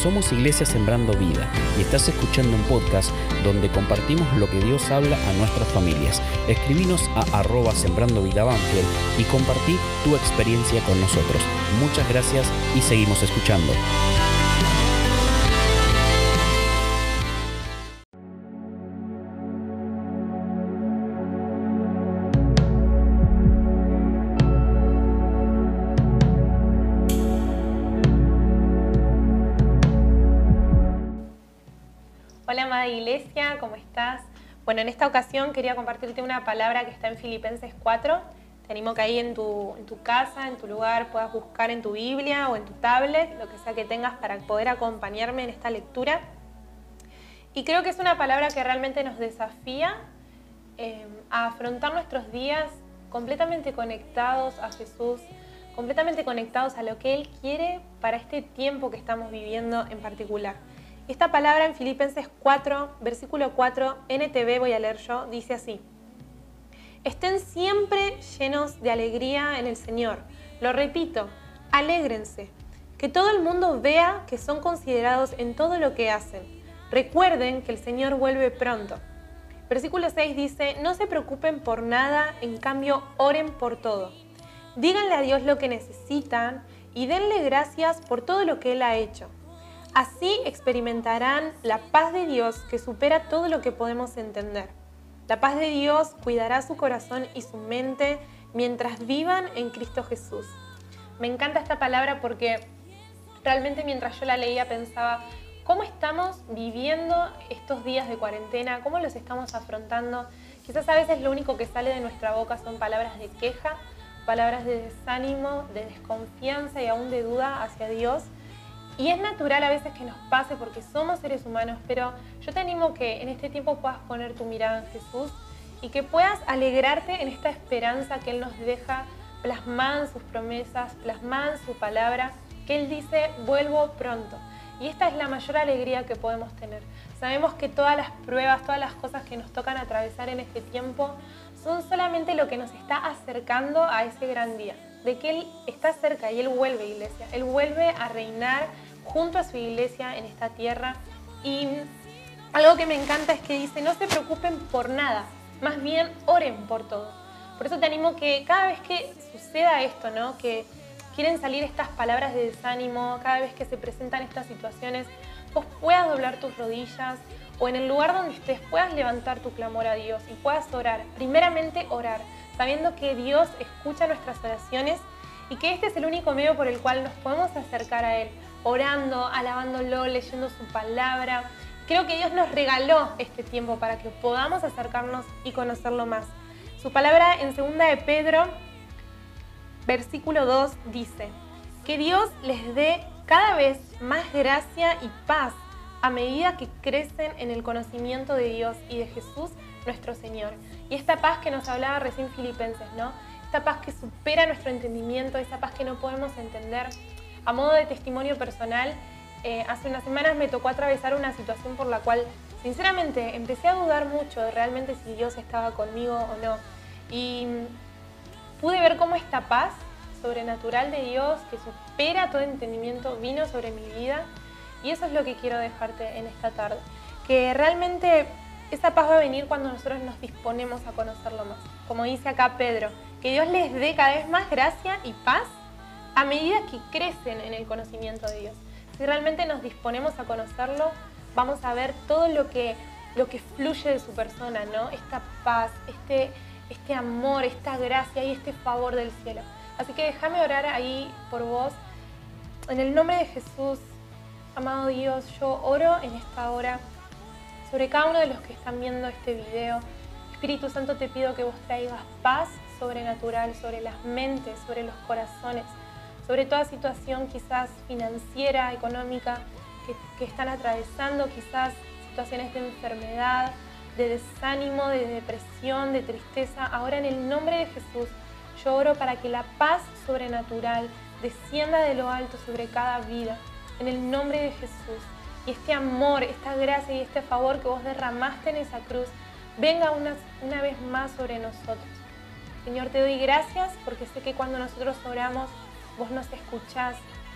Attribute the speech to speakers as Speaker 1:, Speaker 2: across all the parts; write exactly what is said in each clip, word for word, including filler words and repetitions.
Speaker 1: Somos Iglesia Sembrando Vida y estás escuchando un podcast donde compartimos lo que Dios habla a nuestras familias. Escribinos a arroba Sembrando Vida Banfield y compartí tu experiencia con nosotros. Muchas gracias y seguimos escuchando.
Speaker 2: Hola amada iglesia, ¿cómo estás? Bueno, en esta ocasión quería compartirte una palabra que está en Filipenses cuatro. Te animo que ahí en tu, en tu casa, en tu lugar, puedas buscar en tu Biblia o en tu tablet, lo que sea que tengas para poder acompañarme en esta lectura. Y creo que es una palabra que realmente nos desafía eh, a afrontar nuestros días completamente conectados a Jesús, completamente conectados a lo que Él quiere para este tiempo que estamos viviendo en particular. Esta palabra en Filipenses cuatro, versículo cuatro, N T V voy a leer yo, dice así: estén siempre llenos de alegría en el Señor. Lo repito, alégrense. Que todo el mundo vea que son considerados en todo lo que hacen. Recuerden que el Señor vuelve pronto. Versículo seis dice: no se preocupen por nada, en cambio oren por todo. Díganle a Dios lo que necesitan y denle gracias por todo lo que Él ha hecho. Así experimentarán la paz de Dios que supera todo lo que podemos entender. La paz de Dios cuidará su corazón y su mente mientras vivan en Cristo Jesús. Me encanta esta palabra porque realmente mientras yo la leía pensaba cómo estamos viviendo estos días de cuarentena, cómo los estamos afrontando. Quizás a veces lo único que sale de nuestra boca son palabras de queja, palabras de desánimo, de desconfianza y aún de duda hacia Dios. Y es natural a veces que nos pase porque somos seres humanos, pero yo te animo que en este tiempo puedas poner tu mirada en Jesús y que puedas alegrarte en esta esperanza que Él nos deja plasmada en sus promesas, plasmada en su palabra, que Él dice, vuelvo pronto. Y esta es la mayor alegría que podemos tener. Sabemos que todas las pruebas, todas las cosas que nos tocan atravesar en este tiempo son solamente lo que nos está acercando a ese gran día, de que Él está cerca y Él vuelve, iglesia. Él vuelve a reinar junto a su iglesia en esta tierra. Y algo que me encanta es que dice, no se preocupen por nada, más bien oren por todo. Por eso te animo que cada vez que suceda esto, ¿no? Que quieren salir estas palabras de desánimo, cada vez que se presentan estas situaciones, vos puedas doblar tus rodillas o en el lugar donde estés puedas levantar tu clamor a Dios y puedas orar. Primeramente orar, sabiendo que Dios escucha nuestras oraciones y que este es el único medio por el cual nos podemos acercar a Él, orando, alabándolo, leyendo su palabra. Creo que Dios nos regaló este tiempo para que podamos acercarnos y conocerlo más. Su palabra en segunda de Pedro, versículo dos, dice: que Dios les dé cada vez más gracia y paz a medida que crecen en el conocimiento de Dios y de Jesús nuestro Señor. Y esta paz que nos hablaba recién Filipenses, ¿no? Esta paz que supera nuestro entendimiento, esa paz que no podemos entender. A modo de testimonio personal, eh, hace unas semanas me tocó atravesar una situación por la cual, sinceramente, empecé a dudar mucho de realmente si Dios estaba conmigo o no. Y pude ver cómo esta paz sobrenatural de Dios, que supera todo entendimiento, vino sobre mi vida. Y eso es lo que quiero dejarte en esta tarde. Que realmente esa paz va a venir cuando nosotros nos disponemos a conocerlo más. Como dice acá Pedro, que Dios les dé cada vez más gracia y paz a medida que crecen en el conocimiento de Dios. Si realmente nos disponemos a conocerlo, vamos a ver todo lo que, lo que fluye de su persona, ¿no? Esta paz, este, este amor, esta gracia y este favor del cielo. Así que déjame orar ahí por vos. En el nombre de Jesús, amado Dios, yo oro en esta hora sobre cada uno de los que están viendo este video. Espíritu Santo, te pido que vos traigas paz sobrenatural sobre las mentes, sobre los corazones, sobre toda situación quizás financiera, económica, que, que están atravesando, quizás situaciones de enfermedad, de desánimo, de depresión, de tristeza. Ahora en el nombre de Jesús, yo oro para que la paz sobrenatural descienda de lo alto sobre cada vida, en el nombre de Jesús. Y este amor, esta gracia y este favor que vos derramaste en esa cruz, venga una, una vez más sobre nosotros. Señor, te doy gracias porque sé que cuando nosotros oramos, vos nos escuchás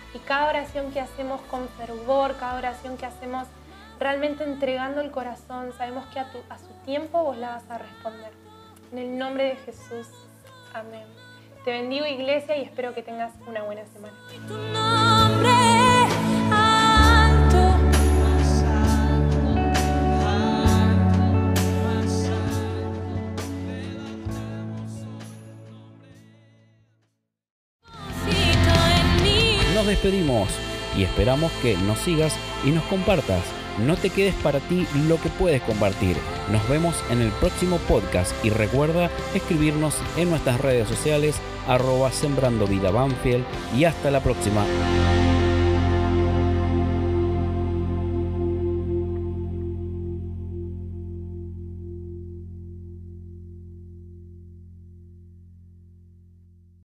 Speaker 2: Y cada oración que hacemos con fervor, cada oración que hacemos realmente entregando el corazón, sabemos que a, tu, a su tiempo vos la vas a responder. En el nombre de Jesús. Amén. Te bendigo, iglesia, y espero que tengas una buena semana.
Speaker 3: Tu nombre alto, más alto, alto, más alto, levantamos en mí.
Speaker 1: Nos despedimos y esperamos que nos sigas y nos compartas. No te quedes para ti lo que puedes compartir. Nos vemos en el próximo podcast y recuerda escribirnos en nuestras redes sociales arroba Sembrando Vida Banfield y hasta la próxima.